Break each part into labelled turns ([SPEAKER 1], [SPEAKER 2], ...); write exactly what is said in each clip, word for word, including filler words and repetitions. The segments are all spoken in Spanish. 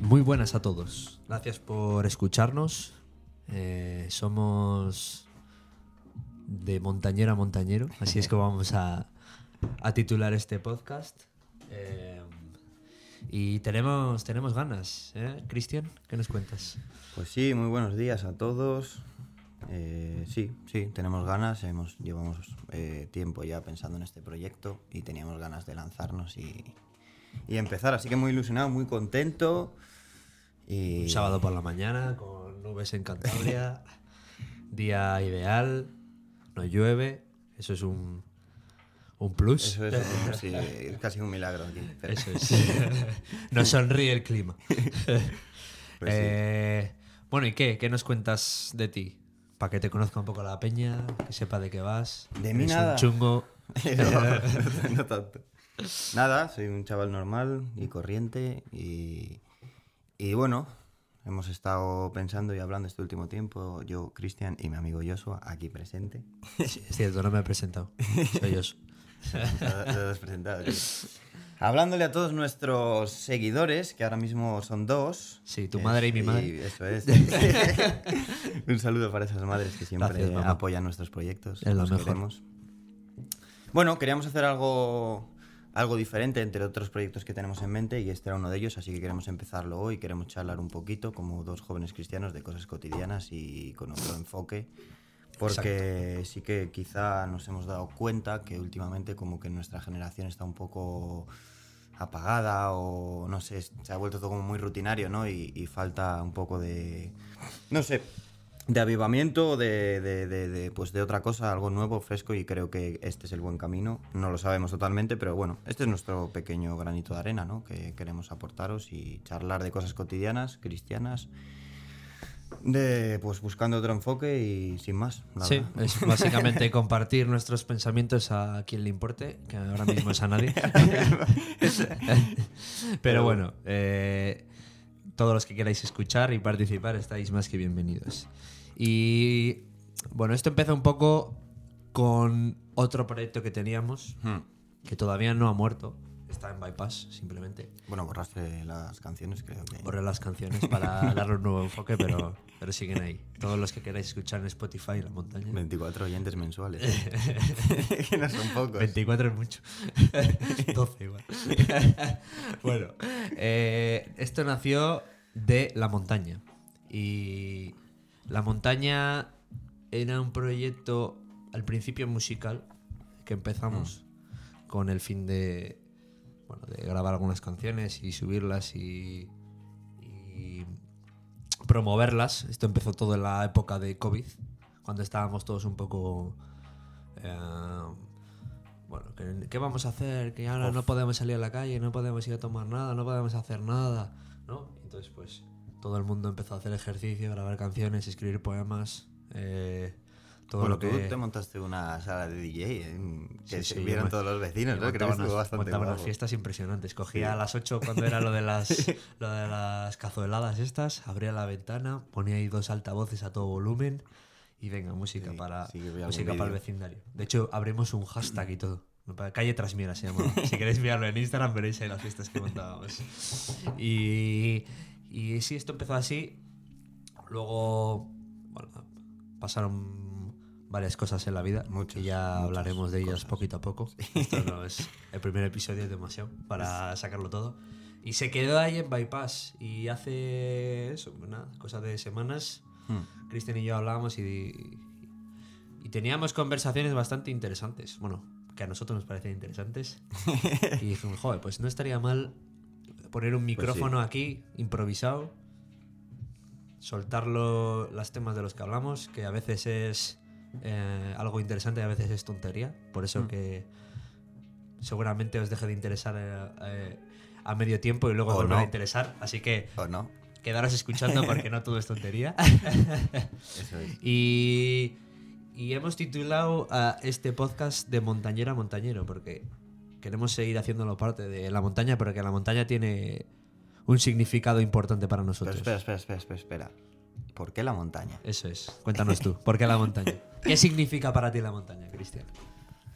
[SPEAKER 1] Muy buenas a todos. Gracias por escucharnos. Eh, somos de montañero a montañero, así es que vamos a, a titular este podcast. Eh, y tenemos, tenemos ganas, ¿eh? Cristian, ¿qué nos cuentas?
[SPEAKER 2] Pues sí, muy buenos días a todos. Eh, sí, sí, tenemos ganas. Hemos, llevamos eh, tiempo ya pensando en este proyecto y teníamos ganas de lanzarnos y, y empezar. Así que muy ilusionado, muy contento. Y...
[SPEAKER 1] Un sábado por la mañana con nubes en Cantabria, día ideal, no llueve, eso es un, un plus.
[SPEAKER 2] Eso es, sí, es casi un milagro aquí. Pero...
[SPEAKER 1] Eso es. Nos sonríe el clima.
[SPEAKER 2] Pues
[SPEAKER 1] eh, sí. Bueno, ¿y qué? ¿Qué nos cuentas de ti? Para que te conozca un poco la peña, que sepa de qué vas.
[SPEAKER 2] De mí
[SPEAKER 1] ¿Eres
[SPEAKER 2] nada.
[SPEAKER 1] un chungo?
[SPEAKER 2] no, no tanto. Nada, soy un chaval normal y corriente y... Y bueno, hemos estado pensando y hablando este último tiempo, yo, Cristian y mi amigo Joshua, aquí presente.
[SPEAKER 1] Sí, es cierto, no me he presentado. Soy Joshua.
[SPEAKER 2] Lo has presentado, tío. Hablándole a todos nuestros seguidores, que ahora mismo son dos.
[SPEAKER 1] Sí, tu madre
[SPEAKER 2] es,
[SPEAKER 1] y mi madre.
[SPEAKER 2] Y eso es. Un saludo para esas madres que siempre
[SPEAKER 1] Gracias,
[SPEAKER 2] apoyan nuestros proyectos.
[SPEAKER 1] Es lo
[SPEAKER 2] Los
[SPEAKER 1] mejor.
[SPEAKER 2] queremos. Bueno, queríamos hacer algo... algo diferente entre otros proyectos que tenemos en mente y este era uno de ellos, así que queremos empezarlo hoy, queremos charlar un poquito como dos jóvenes cristianos de cosas cotidianas y con otro enfoque, porque Exacto. Sí que quizá nos hemos dado cuenta que últimamente como que nuestra generación está un poco apagada o no sé, se ha vuelto todo como muy rutinario, ¿no? Y, y falta un poco de, no sé... de avivamiento, de, de, de, de, pues de otra cosa, algo nuevo, fresco, y creo que este es el buen camino. No lo sabemos totalmente, pero bueno, este es nuestro pequeño granito de arena, ¿no? Que queremos aportaros y charlar de cosas cotidianas, cristianas, de pues buscando otro enfoque y sin más. Nada.
[SPEAKER 1] Sí, es básicamente compartir nuestros pensamientos a quien le importe, que ahora mismo es a nadie. Pero bueno, eh, todos los que queráis escuchar y participar estáis más que bienvenidos. Y bueno, esto empezó un poco con otro proyecto que teníamos, hmm. que todavía no ha muerto, está en bypass simplemente.
[SPEAKER 2] Bueno, borraste las canciones, creo que...
[SPEAKER 1] Borré las canciones para darle un nuevo enfoque, pero, pero siguen ahí. Todos los que queráis escuchar en Spotify, La Montaña.
[SPEAKER 2] veinticuatro oyentes mensuales. Que no son pocos.
[SPEAKER 1] veinticuatro es mucho. doce igual. Bueno, eh, esto nació de La Montaña. Y... La Montaña era un proyecto al principio musical que empezamos mm. con el fin de, bueno, de grabar algunas canciones y subirlas y, y promoverlas. Esto empezó todo en la época de COVID, cuando estábamos todos un poco... Eh, bueno, ¿qué, ¿qué vamos a hacer? Que ahora Uf. no podemos salir a la calle, no podemos ir a tomar nada, no podemos hacer nada, ¿no? Entonces, pues... todo el mundo empezó a hacer ejercicio, grabar canciones, escribir poemas, eh, todo
[SPEAKER 2] bueno,
[SPEAKER 1] lo que...
[SPEAKER 2] tú te montaste una sala de D J eh, que
[SPEAKER 1] sí,
[SPEAKER 2] se
[SPEAKER 1] sí,
[SPEAKER 2] vieron todos los vecinos, ¿no? Creo que estuvo bastante
[SPEAKER 1] montaba
[SPEAKER 2] guapo.
[SPEAKER 1] unas fiestas impresionantes. Cogía
[SPEAKER 2] sí.
[SPEAKER 1] a las ocho cuando era lo de las lo de las cazueladas estas, abría la ventana, ponía ahí dos altavoces a todo volumen y venga, música
[SPEAKER 2] sí,
[SPEAKER 1] para
[SPEAKER 2] sí,
[SPEAKER 1] música para el vecindario. De hecho, abrimos un hashtag y todo. Calle Trasmiera se llamaba. Si queréis mirarlo en Instagram veréis ahí las fiestas que montábamos. Y, y sí, esto empezó así. Luego, bueno, pasaron varias cosas en la vida
[SPEAKER 2] muchos,
[SPEAKER 1] y ya hablaremos de ellas
[SPEAKER 2] cosas.
[SPEAKER 1] poquito a poco. Sí. Esto no es el primer episodio, es demasiado para sacarlo todo. Y se quedó ahí en bypass. Y hace eso, una cosa de semanas, hmm. Cristian y yo hablábamos y, y teníamos conversaciones bastante interesantes. Bueno, que a nosotros nos parecían interesantes. Y dijimos, joder, pues no estaría mal poner un micrófono pues sí. aquí, improvisado, soltar los temas de los que hablamos, que a veces es eh, algo interesante y a veces es tontería. Por eso mm. que seguramente os deje de interesar eh, eh, a medio tiempo y luego os volverá no. a interesar. Así que
[SPEAKER 2] o no.
[SPEAKER 1] quedaros escuchando porque no todo es tontería.
[SPEAKER 2] Eso es.
[SPEAKER 1] Y, y hemos titulado a este podcast de montañero a montañero porque queremos seguir haciéndolo parte de la montaña, pero que la montaña tiene... un significado importante para nosotros.
[SPEAKER 2] Pero espera, espera, espera, espera. ¿Por qué la montaña?
[SPEAKER 1] Eso es. Cuéntanos tú. ¿Por qué la montaña? ¿Qué significa para ti la montaña, Cristian?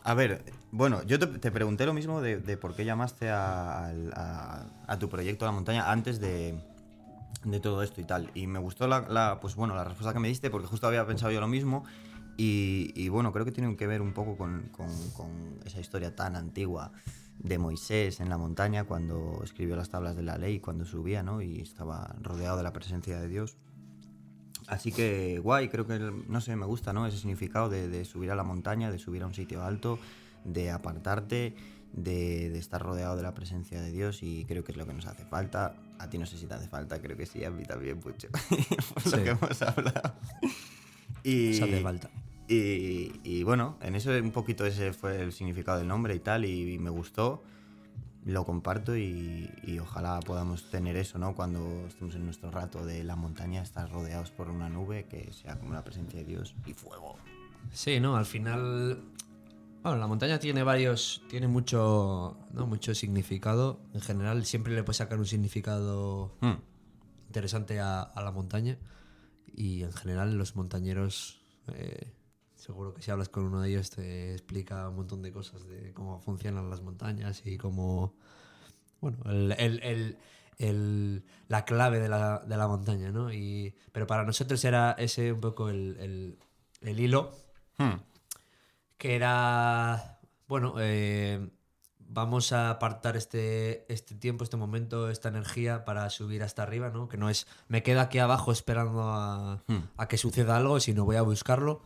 [SPEAKER 2] A ver, bueno, yo te, te pregunté lo mismo de, de por qué llamaste a, a, a tu proyecto a la montaña antes de, de todo esto y tal. Y me gustó la, la, pues bueno, la respuesta que me diste porque justo había pensado yo lo mismo. Y, y bueno, creo que tiene que ver un poco con, con, con esa historia tan antigua de Moisés en la montaña cuando escribió las tablas de la ley, cuando subía, ¿no? Y estaba rodeado de la presencia de Dios. Así que guay, creo que, no sé, me gusta, ¿no? Ese significado de, de subir a la montaña, de subir a un sitio alto, de apartarte, de, de estar rodeado de la presencia de Dios, y creo que es lo que nos hace falta. A ti no sé si te hace falta, creo que sí, a mí también, Pucho, por sí. lo que hemos hablado. Y,
[SPEAKER 1] Eso hace falta.
[SPEAKER 2] Y, y bueno, en eso un poquito ese fue el significado del nombre y tal, y, y me gustó. Lo comparto y, y ojalá podamos tener eso, ¿no? Cuando estemos en nuestro rato de la montaña, estar rodeados por una nube que sea como la presencia de Dios y fuego.
[SPEAKER 1] Sí, ¿no? Al final... Bueno, la montaña tiene varios... Tiene mucho, ¿no? mucho significado. En general, siempre le puedes sacar un significado hmm. interesante a, a la montaña. Y en general, los montañeros... Eh, seguro que si hablas con uno de ellos te explica un montón de cosas de cómo funcionan las montañas y cómo... Bueno, el, el, el, el, la clave de la, de la montaña, ¿no? Y, pero para nosotros era ese un poco el, el, el hilo, hmm. que era... Bueno, eh, vamos a apartar este, este tiempo, este momento, esta energía para subir hasta arriba, ¿no? Que no es me quedo aquí abajo esperando a, hmm. a que suceda algo, sino voy a buscarlo.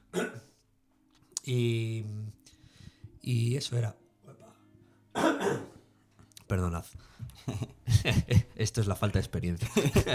[SPEAKER 1] Y, y eso era. Perdonad. Esto es la falta de experiencia.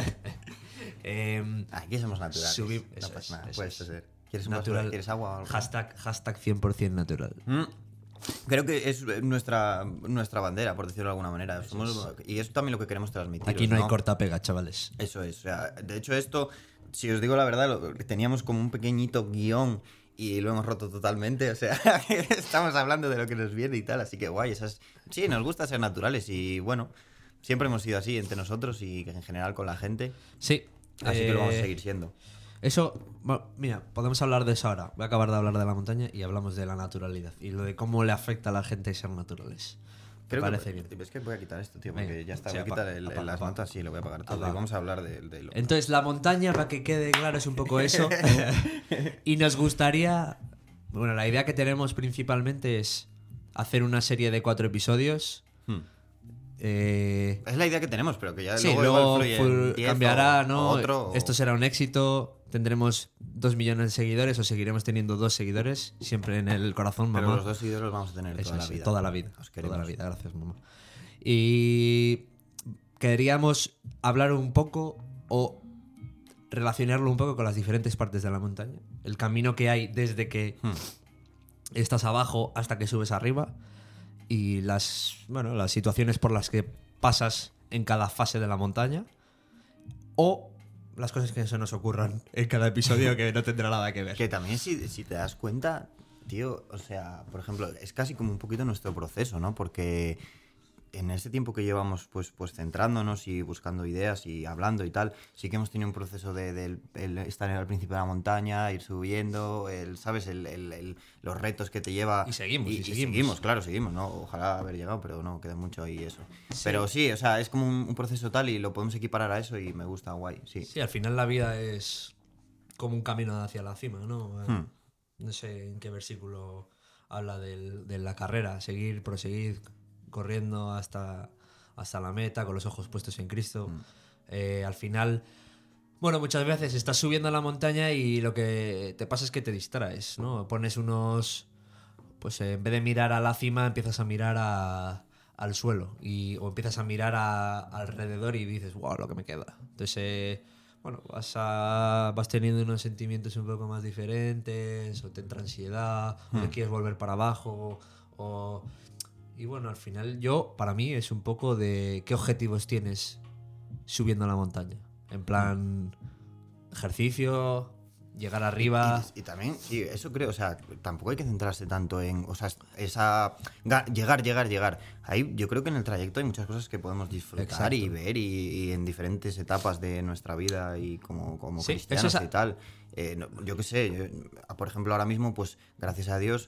[SPEAKER 2] eh, Aquí somos naturales.
[SPEAKER 1] Subir,
[SPEAKER 2] no
[SPEAKER 1] eso
[SPEAKER 2] pasa
[SPEAKER 1] es,
[SPEAKER 2] nada.
[SPEAKER 1] eso
[SPEAKER 2] Puedes
[SPEAKER 1] es.
[SPEAKER 2] ser. ¿Quieres,
[SPEAKER 1] natural,
[SPEAKER 2] ¿Quieres agua o algo?
[SPEAKER 1] Hashtag, hashtag cien por ciento natural.
[SPEAKER 2] Mm. Creo que es nuestra, nuestra bandera, por decirlo de alguna manera. Somos, es. Y es también lo que queremos transmitir.
[SPEAKER 1] Aquí no,
[SPEAKER 2] ¿no?
[SPEAKER 1] hay corta-pega, chavales.
[SPEAKER 2] Eso es. O sea, de hecho, esto, si os digo la verdad, lo, teníamos como un pequeñito guión y lo hemos roto totalmente. O sea, estamos hablando de lo que nos viene y tal. Así que guay. Esas, sí, nos gusta ser naturales y bueno, siempre hemos sido así entre nosotros y en general con la gente.
[SPEAKER 1] Sí.
[SPEAKER 2] Así
[SPEAKER 1] eh...
[SPEAKER 2] que lo vamos a seguir siendo.
[SPEAKER 1] Eso, bueno, mira, podemos hablar de eso ahora. Voy a acabar de hablar de la montaña y hablamos de la naturalidad y lo de cómo le afecta a la gente ser naturales.
[SPEAKER 2] Creo
[SPEAKER 1] Me parece
[SPEAKER 2] que,
[SPEAKER 1] bien.
[SPEAKER 2] Es que voy a quitar esto, tío, porque Venga, ya está.
[SPEAKER 1] Sí,
[SPEAKER 2] voy a
[SPEAKER 1] apa,
[SPEAKER 2] quitar el,
[SPEAKER 1] apa,
[SPEAKER 2] las
[SPEAKER 1] apa.
[SPEAKER 2] notas y lo voy a apagar todo.
[SPEAKER 1] Apa.
[SPEAKER 2] Y vamos a hablar de, de lo...
[SPEAKER 1] Entonces, la montaña, para que quede claro, es un poco eso. Y nos gustaría... Bueno, la idea que tenemos principalmente es hacer una serie de cuatro episodios. Hmm. Eh...
[SPEAKER 2] Es la idea que tenemos, pero que ya
[SPEAKER 1] sí,
[SPEAKER 2] luego,
[SPEAKER 1] luego full, cambiará,
[SPEAKER 2] o,
[SPEAKER 1] ¿no?
[SPEAKER 2] O otro,
[SPEAKER 1] Esto será un éxito. Tendremos dos millones de seguidores o seguiremos teniendo dos seguidores. Siempre en el corazón, mamá.
[SPEAKER 2] Pero los dos seguidores los vamos a tener
[SPEAKER 1] Eso
[SPEAKER 2] toda
[SPEAKER 1] es,
[SPEAKER 2] la vida.
[SPEAKER 1] Toda la vida.
[SPEAKER 2] Os
[SPEAKER 1] toda la vida, gracias, mamá. Y queríamos hablar un poco o relacionarlo un poco con las diferentes partes de la montaña. El camino que hay desde que hmm. estás abajo hasta que subes arriba. Y las, bueno, las situaciones por las que pasas en cada fase de la montaña. O las cosas que se nos ocurran en cada episodio que no tendrá nada que ver.
[SPEAKER 2] Que también si, si te das cuenta, tío, o sea, por ejemplo, es casi como un poquito nuestro proceso, ¿no? Porque en ese tiempo que llevamos pues, pues centrándonos y buscando ideas y hablando y tal, sí que hemos tenido un proceso de, de, de el estar al principio de la montaña, ir subiendo, el, ¿sabes? El, el, el, los retos que te lleva.
[SPEAKER 1] Y seguimos, y, y,
[SPEAKER 2] y
[SPEAKER 1] seguimos.
[SPEAKER 2] seguimos, claro, seguimos, ¿no? Ojalá haber llegado, pero no, queda mucho ahí eso. Sí. Pero sí, o sea, es como un, un proceso tal y lo podemos equiparar a eso y me gusta, guay, sí.
[SPEAKER 1] Sí, al final la vida es como un camino hacia la cima, ¿no? Hmm. No sé en qué versículo habla del, de la carrera, seguir, proseguir, corriendo hasta, hasta la meta con los ojos puestos en Cristo. Mm. Eh, al final, bueno, muchas veces estás subiendo a la montaña y lo que te pasa es que te distraes, ¿no? Pones unos... Pues eh, en vez de mirar a la cima, empiezas a mirar a, al suelo y, o empiezas a mirar a, alrededor y dices, wow, lo que me queda. Entonces, eh, bueno, vas, a, vas teniendo unos sentimientos un poco más diferentes, o te entra ansiedad, mm. o te quieres volver para abajo, o... Y bueno, al final yo, para mí, es un poco de qué objetivos tienes subiendo a la montaña. En plan, ejercicio, llegar arriba...
[SPEAKER 2] Y, y, y también, sí, eso creo, o sea, tampoco hay que centrarse tanto en, o sea, esa... Llegar, llegar, llegar. Ahí yo creo que en el trayecto hay muchas cosas que podemos disfrutar. Exacto. Y ver y, y en diferentes etapas de nuestra vida y como, como
[SPEAKER 1] sí,
[SPEAKER 2] cristianos
[SPEAKER 1] es a...
[SPEAKER 2] y tal. Eh, no, yo qué sé, yo, por ejemplo, ahora mismo, pues, gracias a Dios...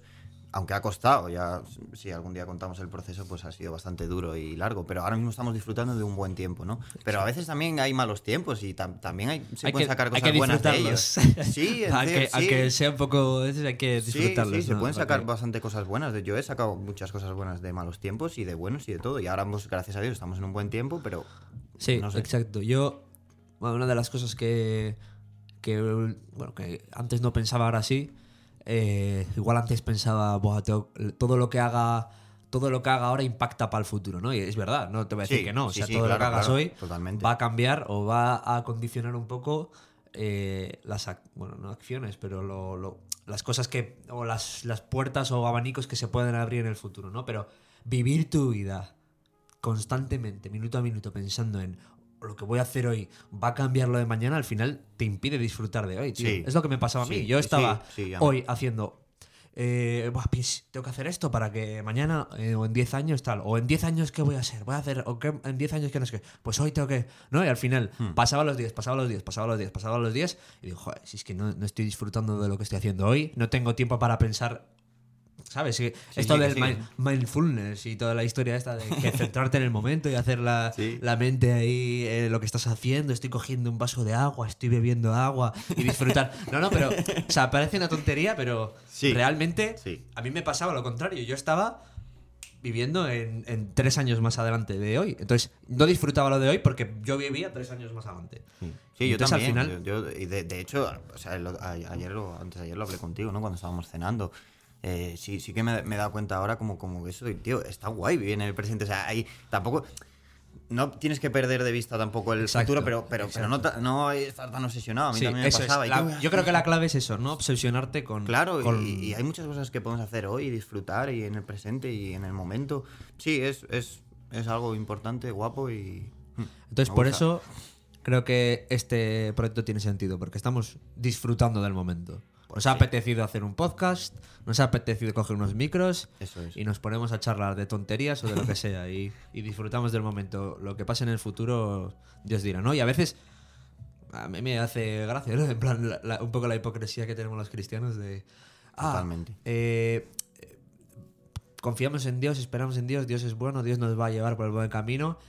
[SPEAKER 2] aunque ha costado, ya si algún día contamos el proceso, pues ha sido bastante duro y largo, pero ahora mismo estamos disfrutando de un buen tiempo, ¿no? Pero a veces también hay malos tiempos y tam- también hay, se
[SPEAKER 1] Hay
[SPEAKER 2] pueden
[SPEAKER 1] que,
[SPEAKER 2] sacar
[SPEAKER 1] hay
[SPEAKER 2] cosas
[SPEAKER 1] que
[SPEAKER 2] buenas de
[SPEAKER 1] disfrutarlos.
[SPEAKER 2] ellos. Sí, en
[SPEAKER 1] aunque,
[SPEAKER 2] serio, sí.
[SPEAKER 1] aunque sea un poco... a veces hay que disfrutarlos.
[SPEAKER 2] Sí, sí, se
[SPEAKER 1] ¿no?
[SPEAKER 2] pueden sacar
[SPEAKER 1] Porque-
[SPEAKER 2] bastante cosas buenas. Yo he sacado muchas cosas buenas de malos tiempos y de buenos y de todo. Y ahora, pues, gracias a Dios, estamos en un buen tiempo, pero
[SPEAKER 1] Sí,
[SPEAKER 2] no sé.
[SPEAKER 1] exacto. Yo, bueno, una de las cosas que, que, bueno, que antes no pensaba, ahora sí. Eh, igual antes pensaba, "Buah, tengo- todo lo que haga, todo lo que haga ahora impacta para el futuro", ¿no? Y es verdad, no te voy a decir
[SPEAKER 2] Sí,
[SPEAKER 1] que no. O
[SPEAKER 2] sí,
[SPEAKER 1] sea,
[SPEAKER 2] sí,
[SPEAKER 1] todo lo
[SPEAKER 2] claro,
[SPEAKER 1] que hagas
[SPEAKER 2] claro,
[SPEAKER 1] hoy
[SPEAKER 2] totalmente.
[SPEAKER 1] va a cambiar o va a condicionar un poco eh, las, ac- bueno, no acciones, pero lo, lo- las cosas que, o las, las puertas o abanicos que se pueden abrir en el futuro, ¿no? Pero vivir tu vida constantemente, minuto a minuto, pensando en lo que voy a hacer hoy va a cambiar lo de mañana, al final te impide disfrutar de hoy, tío.
[SPEAKER 2] Sí.
[SPEAKER 1] Es lo que me pasaba a mí.
[SPEAKER 2] Sí,
[SPEAKER 1] Yo
[SPEAKER 2] sí,
[SPEAKER 1] estaba
[SPEAKER 2] sí, ya.
[SPEAKER 1] hoy haciendo... Eh, "Buah, pues, tengo que hacer esto para que mañana eh, o en diez años tal, o en diez años qué voy a hacer, voy a hacer, o qué- en diez años qué no sé qué, pues hoy tengo que, ¿no? Y al final
[SPEAKER 2] Hmm.
[SPEAKER 1] pasaba los días, pasaba los días, pasaba los días, pasaba los días, y digo, joder, si es que no, no estoy disfrutando de lo que estoy haciendo hoy, no tengo tiempo para pensar. ¿Sabes? Sí,
[SPEAKER 2] Sí,
[SPEAKER 1] esto
[SPEAKER 2] sí, que
[SPEAKER 1] del
[SPEAKER 2] sí.
[SPEAKER 1] mi- mindfulness y toda la historia esta de que centrarte en el momento y hacer la,
[SPEAKER 2] Sí.
[SPEAKER 1] la mente ahí, eh, lo que estás haciendo, estoy cogiendo un vaso de agua, estoy bebiendo agua y disfrutar. No, no, pero, o sea, parece una tontería, pero
[SPEAKER 2] Sí.
[SPEAKER 1] realmente
[SPEAKER 2] Sí.
[SPEAKER 1] a mí me pasaba lo contrario. Yo estaba viviendo en, en tres años más adelante de hoy. Entonces, no disfrutaba lo de hoy porque yo vivía tres años más adelante.
[SPEAKER 2] Sí, Sí, yo
[SPEAKER 1] Entonces, al
[SPEAKER 2] también.
[SPEAKER 1] final-
[SPEAKER 2] yo, yo- y de, de hecho, o sea, lo- a- ayer lo, antes de ayer lo hablé contigo, ¿no? Cuando estábamos cenando. Eh, sí, sí que me, me he dado cuenta ahora como, como que eso, tío, está guay vivir en el presente. O sea, ahí tampoco... No tienes que perder de vista tampoco el
[SPEAKER 1] Exacto,
[SPEAKER 2] futuro, pero, pero, pero no, ta- no estar tan obsesionado. A mí
[SPEAKER 1] Sí,
[SPEAKER 2] también me
[SPEAKER 1] eso es.
[SPEAKER 2] pasaba. y
[SPEAKER 1] La-
[SPEAKER 2] tío,
[SPEAKER 1] yo creo que la clave es eso, no obsesionarte con...
[SPEAKER 2] Claro,
[SPEAKER 1] con-
[SPEAKER 2] y, y hay muchas cosas que podemos hacer hoy y disfrutar y en el presente y en el momento. Sí, es, es, es algo importante, guapo y... mm,
[SPEAKER 1] Entonces,
[SPEAKER 2] me
[SPEAKER 1] por
[SPEAKER 2] gusta.
[SPEAKER 1] eso creo que este proyecto tiene sentido, porque estamos disfrutando del momento. Nos ha
[SPEAKER 2] sí.
[SPEAKER 1] apetecido hacer un podcast, nos ha apetecido coger unos micros
[SPEAKER 2] Eso es.
[SPEAKER 1] y nos ponemos a charlar de tonterías o de lo que sea y, y disfrutamos del momento. Lo que pase en el futuro, Dios dirá, ¿no? Y a veces a mí me hace gracia, ¿no? En plan, la- la- un poco la hipocresía que tenemos los cristianos de... Ah,
[SPEAKER 2] Totalmente.
[SPEAKER 1] eh, confiamos en Dios, esperamos en Dios, Dios es bueno, Dios nos va a llevar por el buen camino,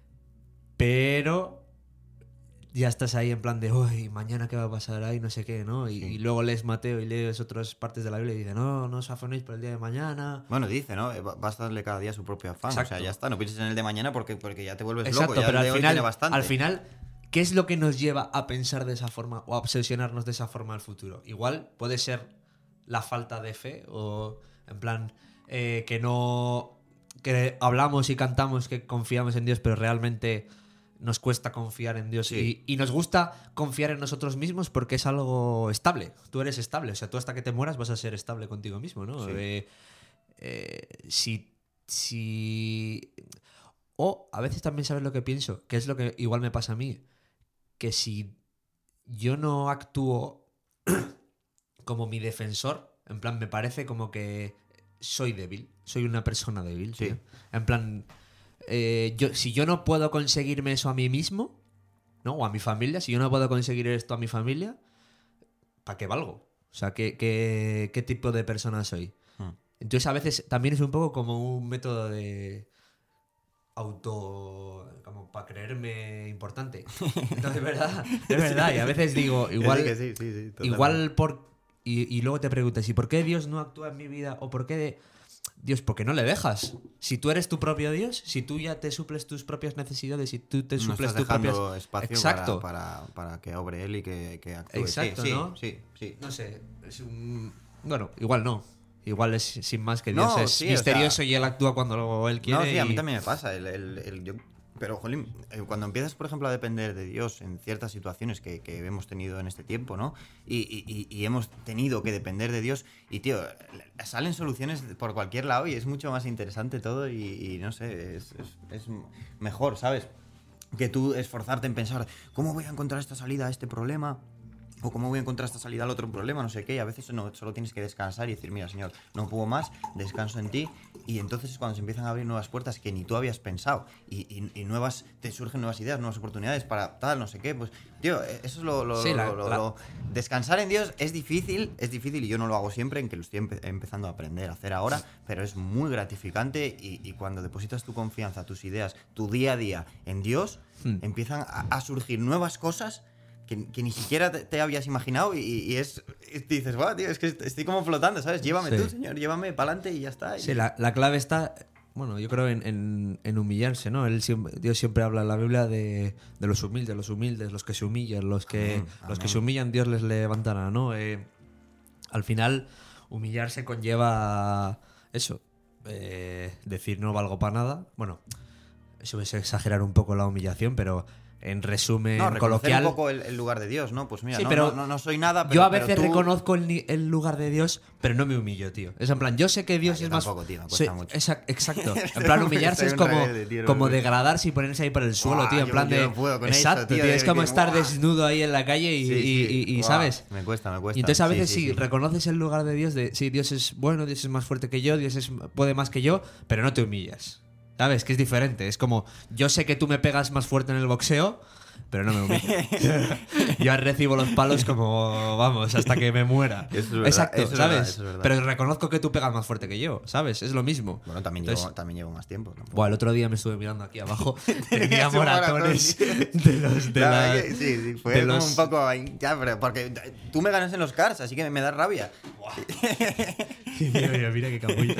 [SPEAKER 1] pero ya estás ahí en plan de, uy, mañana qué va a pasar ahí, no sé qué, ¿no? Y,
[SPEAKER 2] Sí.
[SPEAKER 1] y luego lees Mateo y lees otras partes de la Biblia y dice, no, no os afanéis por el día de mañana.
[SPEAKER 2] Bueno, dice, ¿no? Eh, ba- Basta darle cada día su propio afán. O sea,
[SPEAKER 1] Exacto.
[SPEAKER 2] ya está. No pienses en el de mañana porque, porque ya te vuelves
[SPEAKER 1] Exacto,
[SPEAKER 2] loco. Ya
[SPEAKER 1] pero
[SPEAKER 2] el de
[SPEAKER 1] al
[SPEAKER 2] hoy
[SPEAKER 1] final,
[SPEAKER 2] tiene bastante.
[SPEAKER 1] al final, ¿qué es lo que nos lleva a pensar de esa forma o a obsesionarnos de esa forma al futuro? Igual puede ser la falta de fe o en plan eh, que no... que hablamos y cantamos que confiamos en Dios, pero realmente nos cuesta confiar en Dios
[SPEAKER 2] Sí.
[SPEAKER 1] y, y nos gusta confiar en nosotros mismos porque es algo estable. Tú eres estable, o sea, tú hasta que te mueras vas a ser estable contigo mismo, ¿no?
[SPEAKER 2] Sí.
[SPEAKER 1] Eh, eh, si, si... O a veces también sabes lo que pienso, que es lo que igual me pasa a mí, que si yo no actúo como mi defensor, en plan, me parece como que soy débil, soy una persona débil,
[SPEAKER 2] Sí.
[SPEAKER 1] tío. En plan, eh, yo, si yo no puedo conseguirme eso a mí mismo, ¿no? O a mi familia, si yo no puedo conseguir esto a mi familia, ¿para qué valgo? O sea, ¿qué, qué, qué tipo de persona soy?
[SPEAKER 2] Hmm.
[SPEAKER 1] Entonces a veces también es un poco como un método de auto... como para creerme importante. Entonces, es verdad, es verdad. Y a veces digo, igual...
[SPEAKER 2] Que sí, que sí, sí, sí, totalmente.
[SPEAKER 1] Igual por... Y, y luego te preguntas, ¿y por qué Dios no actúa en mi vida? ¿O por qué de... Dios, ¿por qué no le dejas? Si tú eres tu propio Dios, si tú ya te suples tus propias necesidades, si tú te
[SPEAKER 2] No
[SPEAKER 1] suples
[SPEAKER 2] estás
[SPEAKER 1] tus
[SPEAKER 2] dejando
[SPEAKER 1] propias...
[SPEAKER 2] espacio
[SPEAKER 1] Exacto.
[SPEAKER 2] Para, para, para que obre él y que, que actúe.
[SPEAKER 1] Exacto,
[SPEAKER 2] sí, sí,
[SPEAKER 1] ¿no?
[SPEAKER 2] Sí, sí.
[SPEAKER 1] No sé, es un... Bueno, igual no. Igual es sin más que
[SPEAKER 2] No,
[SPEAKER 1] Dios es
[SPEAKER 2] sí, o
[SPEAKER 1] misterioso
[SPEAKER 2] sea-
[SPEAKER 1] y él actúa cuando él quiere.
[SPEAKER 2] No, sí, a mí
[SPEAKER 1] y-
[SPEAKER 2] también me pasa. El, el- el- yo- pero, jolín, eh, cuando empiezas, por ejemplo, a depender de Dios en ciertas situaciones que, que hemos tenido en este tiempo, ¿no? Y, y- y- y hemos tenido que depender de Dios, y, tío, le- salen soluciones por cualquier lado y es mucho más interesante todo y, y no sé, es, es- es mejor, ¿sabes? Que tú esforzarte en pensar, ¿cómo voy a encontrar esta salida a este problema? o cómo voy a encontrar esta salida al otro problema, no sé qué, y a veces no, solo tienes que descansar y decir, mira, Señor, no puedo más, descanso en ti, y entonces es cuando se empiezan a abrir nuevas puertas que ni tú habías pensado, y, y, y nuevas, te surgen nuevas ideas, nuevas oportunidades para tal, no sé qué, pues, tío, eso es lo... lo,
[SPEAKER 1] Sí,
[SPEAKER 2] lo,
[SPEAKER 1] la,
[SPEAKER 2] lo,
[SPEAKER 1] la...
[SPEAKER 2] lo descansar en Dios es difícil, es difícil, y yo no lo hago siempre, en que lo estoy empe empezando a aprender a hacer ahora, pero es muy gratificante, y, y cuando depositas tu confianza, tus ideas, tu día a día en Dios, hmm. empiezan a, a surgir nuevas cosas Que, que ni siquiera te, te habías imaginado y, y es y dices, wow, tío, es que estoy como flotando, ¿sabes? Llévame sí. tú, Señor, llévame para adelante y ya está. Y...
[SPEAKER 1] Sí, la, la clave está, bueno, yo creo en, en, en humillarse, ¿no? Él siempre, Dios siempre habla en la Biblia de, de los humildes, los humildes, los que se humillan, los que, amén, los amén. que se humillan, Dios les levantará, ¿no? Eh, al final, humillarse conlleva eso, eh, decir no valgo para nada. Bueno, eso es exagerar un poco la humillación, pero... En resumen
[SPEAKER 2] no,
[SPEAKER 1] coloquial.
[SPEAKER 2] un poco el, el lugar de Dios, ¿no? Pues mira,
[SPEAKER 1] sí,
[SPEAKER 2] no,
[SPEAKER 1] pero
[SPEAKER 2] no, no, no soy nada, pero.
[SPEAKER 1] Yo a veces
[SPEAKER 2] pero tú...
[SPEAKER 1] reconozco el, el lugar de Dios, pero no me humillo, tío. Es en plan, yo sé que Dios
[SPEAKER 2] ah,
[SPEAKER 1] es
[SPEAKER 2] tampoco,
[SPEAKER 1] más.
[SPEAKER 2] Tío, me cuesta
[SPEAKER 1] sí,
[SPEAKER 2] mucho.
[SPEAKER 1] Esa, exacto. En plan, humillarse es como, rebelde, tío, como degradarse y ponerse ahí por el suelo,
[SPEAKER 2] Buah,
[SPEAKER 1] tío. En
[SPEAKER 2] yo,
[SPEAKER 1] plan
[SPEAKER 2] yo
[SPEAKER 1] de.
[SPEAKER 2] No puedo con
[SPEAKER 1] exacto,
[SPEAKER 2] eso, tío.
[SPEAKER 1] tío. Es como
[SPEAKER 2] que,
[SPEAKER 1] estar
[SPEAKER 2] ¡buah!
[SPEAKER 1] desnudo ahí en la calle y,
[SPEAKER 2] sí, sí.
[SPEAKER 1] y, y, y
[SPEAKER 2] Buah,
[SPEAKER 1] ¿sabes?
[SPEAKER 2] Me cuesta, me cuesta.
[SPEAKER 1] Y entonces a veces sí,
[SPEAKER 2] sí, sí, sí,
[SPEAKER 1] reconoces el lugar de Dios, de sí, Dios es bueno, Dios es más fuerte que yo, Dios es, puede más que yo, pero no te humillas. ¿Sabes? Que es diferente. Es como, yo sé que tú me pegas más fuerte en el boxeo, pero no me humillo. Yo recibo los palos como, vamos, hasta que me muera.
[SPEAKER 2] Eso es verdad,
[SPEAKER 1] exacto,
[SPEAKER 2] eso es
[SPEAKER 1] ¿sabes?
[SPEAKER 2] verdad, eso es verdad.
[SPEAKER 1] Pero reconozco que tú pegas más fuerte que yo, ¿sabes? Es lo mismo.
[SPEAKER 2] Bueno, también,
[SPEAKER 1] Entonces,
[SPEAKER 2] llevo, también llevo más tiempo. Tampoco.
[SPEAKER 1] Buah, el otro día me estuve mirando aquí abajo. Tenía moratones de los de la,
[SPEAKER 2] la, Sí, sí, fue
[SPEAKER 1] de
[SPEAKER 2] como
[SPEAKER 1] los...
[SPEAKER 2] un poco... Ya, pero porque tú me ganas en los cars, así que me da rabia.
[SPEAKER 1] mira, mira, mira qué capullo.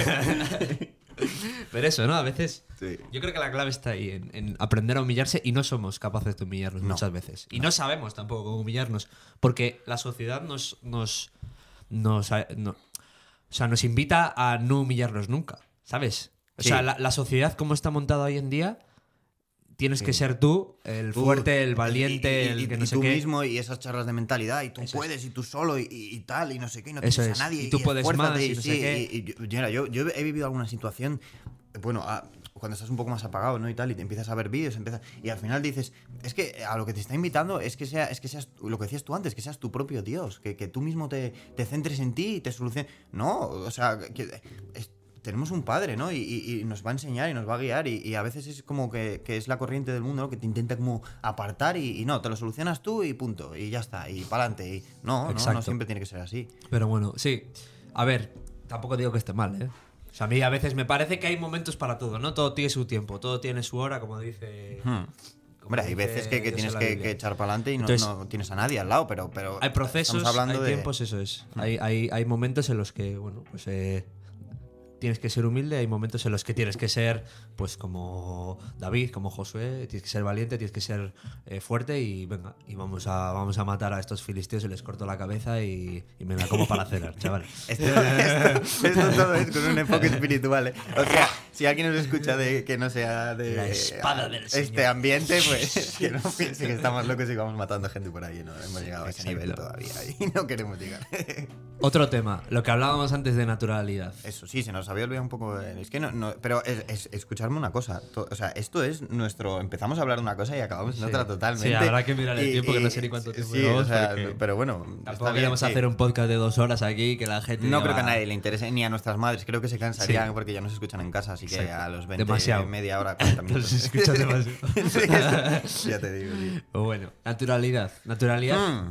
[SPEAKER 1] Pero eso, ¿no? A veces...
[SPEAKER 2] Sí.
[SPEAKER 1] Yo creo que la clave está ahí, en, en aprender a humillarse, y no somos capaces de humillarnos no. muchas veces. Y no. no sabemos tampoco cómo humillarnos, porque la sociedad nos... nos, nos no, o sea, nos invita a no humillarnos nunca, ¿sabes? O sí. sea, la, la sociedad como está montada hoy en día... Tienes sí. que ser tú, el tú, fuerte, el valiente,
[SPEAKER 2] y, y,
[SPEAKER 1] el que
[SPEAKER 2] y,
[SPEAKER 1] no
[SPEAKER 2] y
[SPEAKER 1] sé
[SPEAKER 2] tú
[SPEAKER 1] qué.
[SPEAKER 2] mismo y esas charlas de mentalidad, y tú
[SPEAKER 1] Eso
[SPEAKER 2] puedes,
[SPEAKER 1] es.
[SPEAKER 2] y tú solo, y, y tal, y no sé qué, y no
[SPEAKER 1] Eso
[SPEAKER 2] tienes
[SPEAKER 1] es.
[SPEAKER 2] a nadie.
[SPEAKER 1] Y tú
[SPEAKER 2] y
[SPEAKER 1] puedes más, y no
[SPEAKER 2] sí,
[SPEAKER 1] sé qué.
[SPEAKER 2] Y, y, y, mira, yo, yo he vivido alguna situación, bueno, a, cuando estás un poco más apagado, ¿no? Y tal, y te empiezas a ver vídeos, empiezas, y al final dices, es que a lo que te está invitando es que, sea, es que seas, lo que decías tú antes, que seas tu propio Dios, que, que tú mismo te, te centres en ti y te soluciones. No, o sea, que... Es, tenemos un padre, ¿no? Y, y, y nos va a enseñar y nos va a guiar, y, y a veces es como que, que es la corriente del mundo, ¿no? Que te intenta como apartar y, y no, te lo solucionas tú y punto, y ya está, y para adelante. Y no, no, no siempre tiene que ser así.
[SPEAKER 1] Pero bueno, sí. A ver, tampoco digo que esté mal, ¿eh? O sea, a mí a veces me parece que hay momentos para todo, ¿no? Todo tiene su tiempo, todo tiene su hora, como dice... Hmm.
[SPEAKER 2] Hombre, hay veces que, que tienes que, que echar para adelante y no, Entonces, no tienes a nadie al lado, pero... pero
[SPEAKER 1] hay procesos,
[SPEAKER 2] hablando
[SPEAKER 1] hay
[SPEAKER 2] de...
[SPEAKER 1] tiempos, eso es. Hmm. Hay, hay, hay momentos en los que, bueno, pues... Eh, tienes que ser humilde, hay momentos en los que tienes que ser, pues como David, como Josué, tienes que ser valiente, tienes que ser eh, fuerte y venga, y vamos a, vamos a matar a estos filisteos y les corto la cabeza y, y me la como para cenar, chaval.
[SPEAKER 2] Esto, esto, esto todo es con un enfoque espiritual, ¿eh? O sea, si alguien nos escucha de que no sea de
[SPEAKER 1] la espada del
[SPEAKER 2] este
[SPEAKER 1] Señor.
[SPEAKER 2] ambiente, pues que no piense que estamos locos y vamos matando gente por ahí, no hemos llegado a ese
[SPEAKER 1] Exacto.
[SPEAKER 2] nivel todavía y no queremos llegar.
[SPEAKER 1] Otro tema, lo que hablábamos antes de naturalidad.
[SPEAKER 2] Eso sí, se nos había olvidado un poco. Es que no, no pero es, es, escucharme una cosa. To, o sea, esto es nuestro. Empezamos a hablar de una cosa y acabamos en sí. otra totalmente.
[SPEAKER 1] Sí, habrá que mirar el
[SPEAKER 2] y,
[SPEAKER 1] tiempo,
[SPEAKER 2] y,
[SPEAKER 1] que no sé ni cuánto tiempo
[SPEAKER 2] sí,
[SPEAKER 1] llevamos.
[SPEAKER 2] O sea, pero bueno.
[SPEAKER 1] Tampoco queremos sí. hacer un podcast de dos horas aquí que la gente.
[SPEAKER 2] No
[SPEAKER 1] diga,
[SPEAKER 2] creo que a nadie le interese, ni a nuestras madres. Creo que se cansarían
[SPEAKER 1] sí.
[SPEAKER 2] porque ya no se escuchan en casa, así que
[SPEAKER 1] Exacto.
[SPEAKER 2] a los veinte,
[SPEAKER 1] demasiado.
[SPEAKER 2] media hora, cuarenta minutos.
[SPEAKER 1] Se escuchan demasiado.
[SPEAKER 2] sí, ya te digo. Sí.
[SPEAKER 1] Pues bueno, naturalidad. Naturalidad.
[SPEAKER 2] Hmm.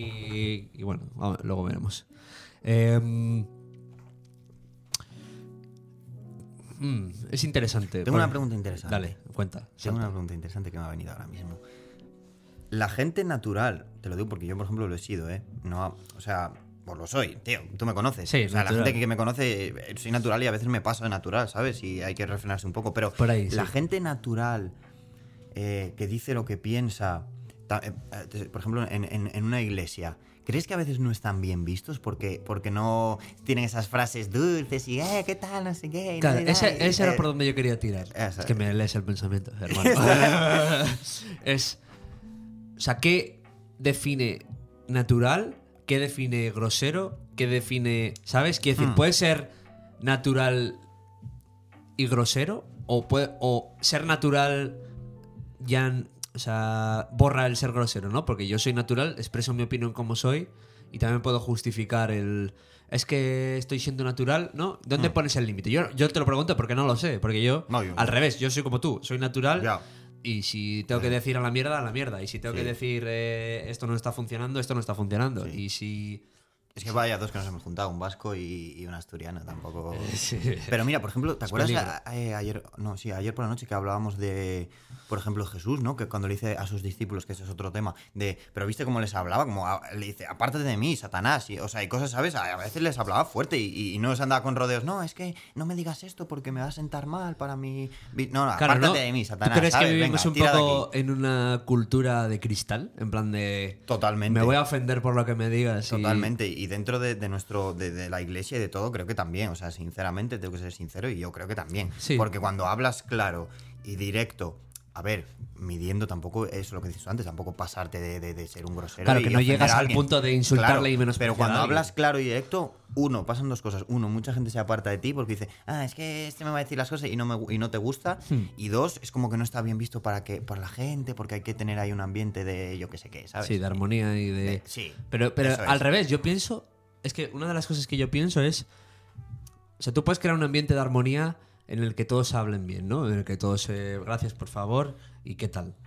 [SPEAKER 1] Y, y bueno, vamos, luego veremos. Eh, mm, es interesante.
[SPEAKER 2] Tengo una pregunta interesante.
[SPEAKER 1] Dale, cuenta.
[SPEAKER 2] Tengo
[SPEAKER 1] salta.
[SPEAKER 2] una pregunta interesante que me ha venido ahora mismo. La gente natural, te lo digo porque yo, por ejemplo, lo he sido, ¿eh? No, o sea, pues lo soy, tío. Tú me conoces.
[SPEAKER 1] Sí,
[SPEAKER 2] o sea,
[SPEAKER 1] natural.
[SPEAKER 2] la gente que me conoce, soy natural y a veces me paso de natural, ¿sabes? Y hay que refrenarse un poco. Pero
[SPEAKER 1] Por ahí,
[SPEAKER 2] la
[SPEAKER 1] sí.
[SPEAKER 2] gente natural eh, que dice lo que piensa, ta, eh, por ejemplo, en, en, en una iglesia, ¿crees que a veces no están bien vistos porque, porque no tienen esas frases dulces y, eh, ¿qué tal? No sé qué.
[SPEAKER 1] Claro,
[SPEAKER 2] no
[SPEAKER 1] ese,
[SPEAKER 2] eh,
[SPEAKER 1] ese era por donde yo quería tirar.
[SPEAKER 2] Esa.
[SPEAKER 1] Es que me lees el pensamiento, hermano. es. O sea, ¿qué define natural? ¿Qué define grosero? ¿Qué define. ¿Sabes? Quiero decir,
[SPEAKER 2] Hmm.
[SPEAKER 1] ¿puede ser natural y grosero? ¿O, puede, o ser natural ya. o sea, borra el ser grosero, ¿no? Porque yo soy natural, expreso mi opinión como soy y también puedo justificar el... Es que estoy siendo natural, ¿no? ¿Dónde
[SPEAKER 2] Mm.
[SPEAKER 1] pones el límite? Yo, yo te lo pregunto porque no lo sé. Porque yo,
[SPEAKER 2] No, yo-
[SPEAKER 1] al revés, yo soy como tú. Soy natural
[SPEAKER 2] Ya.
[SPEAKER 1] y si tengo que decir a la mierda, a la mierda. Y si tengo
[SPEAKER 2] Sí.
[SPEAKER 1] que decir eh, esto no está funcionando, esto no está funcionando.
[SPEAKER 2] Sí.
[SPEAKER 1] Y si...
[SPEAKER 2] Es que vaya dos que nos hemos juntado, un vasco y, y una asturiana, tampoco...
[SPEAKER 1] Sí.
[SPEAKER 2] Pero mira, por ejemplo, ¿te
[SPEAKER 1] Es
[SPEAKER 2] acuerdas
[SPEAKER 1] peligro.
[SPEAKER 2] a- a- ayer, no, sí, ayer por la noche que hablábamos de, por ejemplo, Jesús, ¿no? Que cuando le dice a sus discípulos, que ese es otro tema, de, pero viste cómo les hablaba, como a- le dice, apártate de mí, Satanás, y, o sea, hay cosas, ¿sabes? A, a veces les hablaba fuerte y, y no les andaba con rodeos, no, es que no me digas esto porque me va a sentar mal para mi... vi-". No, no,
[SPEAKER 1] Claro,
[SPEAKER 2] apártate
[SPEAKER 1] ¿no?
[SPEAKER 2] de mí, Satanás,
[SPEAKER 1] ¿Tú crees
[SPEAKER 2] ¿sabes?
[SPEAKER 1] que vivimos
[SPEAKER 2] Venga,
[SPEAKER 1] un
[SPEAKER 2] tira de
[SPEAKER 1] poco
[SPEAKER 2] aquí.
[SPEAKER 1] en una cultura de cristal? En plan de...
[SPEAKER 2] Totalmente.
[SPEAKER 1] Me voy a ofender por lo que me digas. y-
[SPEAKER 2] Totalmente, y dentro de, de nuestro de, de la iglesia y de todo, creo que también, o sea, sinceramente tengo que ser sincero y yo creo que también,
[SPEAKER 1] Sí.
[SPEAKER 2] porque cuando hablas claro y directo, a ver, midiendo tampoco eso lo que dices tú antes, tampoco pasarte de, de- de ser un grosero.
[SPEAKER 1] Claro,
[SPEAKER 2] y
[SPEAKER 1] que no
[SPEAKER 2] ofender
[SPEAKER 1] llegas
[SPEAKER 2] a
[SPEAKER 1] al
[SPEAKER 2] alguien.
[SPEAKER 1] punto de insultarle
[SPEAKER 2] Claro,
[SPEAKER 1] y menospreciar
[SPEAKER 2] pero cuando
[SPEAKER 1] a alguien.
[SPEAKER 2] hablas claro y directo, uno, pasan dos cosas. Uno, mucha gente se aparta de ti porque dice, ah, es que este me va a decir las cosas y no, me, y no te gusta.
[SPEAKER 1] Hmm.
[SPEAKER 2] Y dos, es como que no está bien visto para, que, para la gente porque hay que tener ahí un ambiente de yo qué sé qué, ¿sabes?
[SPEAKER 1] Sí, de armonía y de...
[SPEAKER 2] De- sí,
[SPEAKER 1] Pero, pero
[SPEAKER 2] eso es.
[SPEAKER 1] al revés, yo pienso... Es que una de las cosas que yo pienso es... O sea, tú puedes crear un ambiente de armonía en el que todos hablen bien, ¿no? En el que todos... eh, gracias, por favor, y qué tal.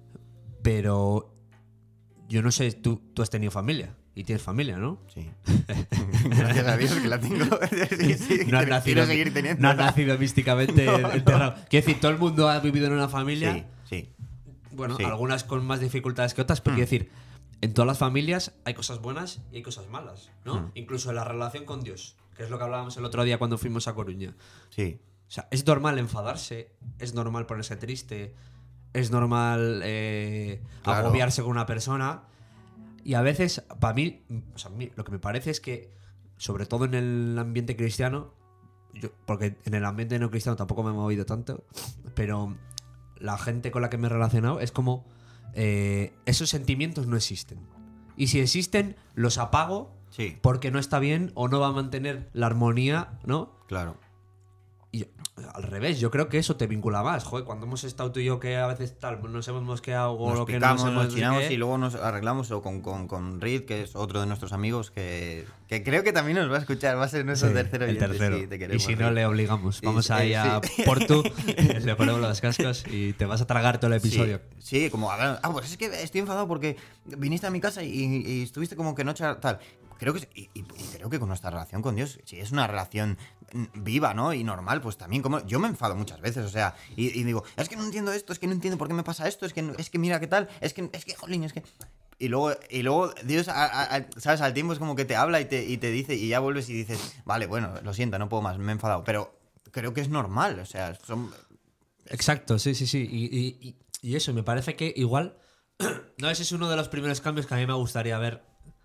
[SPEAKER 1] Pero... Yo no sé, tú, tú has tenido familia. Y tienes familia, ¿no?
[SPEAKER 2] Sí. Gracias a Dios que la tengo. Sí, sí,
[SPEAKER 1] No has
[SPEAKER 2] quiero
[SPEAKER 1] nacido,
[SPEAKER 2] seguir teniendo.
[SPEAKER 1] no has nacido místicamente
[SPEAKER 2] No, no.
[SPEAKER 1] enterrado. Quiero decir, todo el mundo ha vivido en una familia...
[SPEAKER 2] Sí, sí.
[SPEAKER 1] Bueno,
[SPEAKER 2] Sí.
[SPEAKER 1] algunas con más dificultades que otras, pero
[SPEAKER 2] Hmm.
[SPEAKER 1] quiero decir, en todas las familias hay cosas buenas y hay cosas malas, ¿no?
[SPEAKER 2] Hmm.
[SPEAKER 1] Incluso en la relación con Dios, que es lo que hablábamos el otro día cuando fuimos a Coruña.
[SPEAKER 2] Sí.
[SPEAKER 1] O sea, es normal enfadarse, es normal ponerse triste, es normal eh,
[SPEAKER 2] Claro.
[SPEAKER 1] agobiarse con una persona. Y a veces, para mí, o sea, a mí, lo que me parece es que, sobre todo en el ambiente cristiano, yo, porque en el ambiente no cristiano tampoco me he movido tanto, pero la gente con la que me he relacionado es como eh, esos sentimientos no existen. Y si existen, los apago
[SPEAKER 2] Sí,
[SPEAKER 1] porque no está bien o no va a mantener la armonía, ¿no?
[SPEAKER 2] claro.
[SPEAKER 1] Y yo- al revés, yo creo que eso te vincula más. Joder, cuando hemos estado tú y yo que a veces tal, nos hemos mosqueado o
[SPEAKER 2] Nos
[SPEAKER 1] lo que
[SPEAKER 2] picamos,
[SPEAKER 1] nos hemos
[SPEAKER 2] nos chinamos
[SPEAKER 1] qué.
[SPEAKER 2] y luego nos arreglamos o con, con, con Reed, que es otro de nuestros amigos que, que creo que también nos va a escuchar, va a ser nuestro
[SPEAKER 1] Sí,
[SPEAKER 2] tercero
[SPEAKER 1] el
[SPEAKER 2] oyente,
[SPEAKER 1] tercero.
[SPEAKER 2] sí, te
[SPEAKER 1] Y
[SPEAKER 2] queremos,
[SPEAKER 1] si no,
[SPEAKER 2] Reed.
[SPEAKER 1] le obligamos.
[SPEAKER 2] Y-
[SPEAKER 1] Vamos
[SPEAKER 2] eh,
[SPEAKER 1] ahí a
[SPEAKER 2] sí.
[SPEAKER 1] Portu, le ponemos los cascos y te vas a tragar todo el episodio.
[SPEAKER 2] Sí, sí, como, a ver, ah, pues es que estoy enfadado porque viniste a mi casa y, y estuviste como que no char- tal. Creo que, y, y- y creo que con nuestra relación con Dios, si es una relación mm, viva, ¿no? Y normal, pues también como... Yo me enfado muchas veces, o sea, y, y digo, es que no entiendo esto, es que no entiendo por qué me pasa esto, es que, no- es que mira qué tal, es que, es que, jolín, es que... Y luego, y luego Dios, a- a- a- ¿sabes? Al tiempo es como que te habla y te, y te dice, y ya vuelves y dices, vale, bueno, lo siento, no puedo más, me he enfadado. Pero creo que es normal, o sea, son...
[SPEAKER 1] Exacto, sí, sí, sí. Y, y- y- y eso, me parece que igual. No, ese es uno de los primeros cambios que a mí me gustaría ver.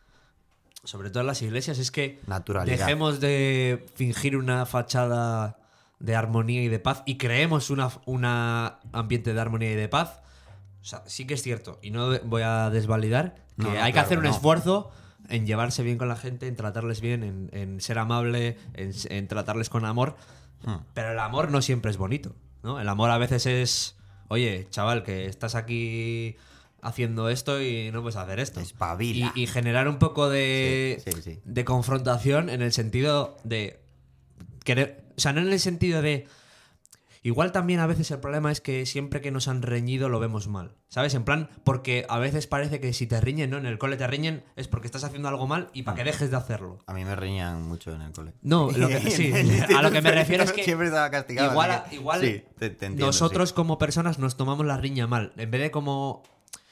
[SPEAKER 1] Sobre todo en las iglesias, es que
[SPEAKER 2] Naturalidad.
[SPEAKER 1] dejemos de fingir una fachada de armonía y de paz y creemos un una ambiente de armonía y de paz. O sea, sí que es cierto, y no voy a desvalidar, que
[SPEAKER 2] No, no,
[SPEAKER 1] hay que
[SPEAKER 2] claro
[SPEAKER 1] hacer
[SPEAKER 2] que
[SPEAKER 1] un
[SPEAKER 2] no.
[SPEAKER 1] esfuerzo en llevarse bien con la gente, en tratarles bien, en, en ser amable, en, en tratarles con amor.
[SPEAKER 2] Hmm.
[SPEAKER 1] Pero el amor no siempre es bonito, ¿no? El amor a veces es, oye, chaval, que estás aquí haciendo esto y no puedes hacer esto.
[SPEAKER 2] Espabila.
[SPEAKER 1] Y, y generar un poco de,
[SPEAKER 2] Sí, sí, sí.
[SPEAKER 1] de confrontación en el sentido de querer, o sea, no en el sentido de... Igual también a veces el problema es que siempre que nos han reñido lo vemos mal, ¿sabes? En plan, porque a veces parece que si te riñen, ¿no? En el cole te riñen es porque estás haciendo algo mal y para que dejes de hacerlo.
[SPEAKER 2] A mí me reñían mucho en el cole.
[SPEAKER 1] No, lo que, sí, a lo que me refiero es que
[SPEAKER 2] Siempre estaba castigado.
[SPEAKER 1] igual,
[SPEAKER 2] así que-
[SPEAKER 1] igual
[SPEAKER 2] sí, te- te entiendo,
[SPEAKER 1] nosotros
[SPEAKER 2] sí.
[SPEAKER 1] como personas nos tomamos la riña mal. En vez de como,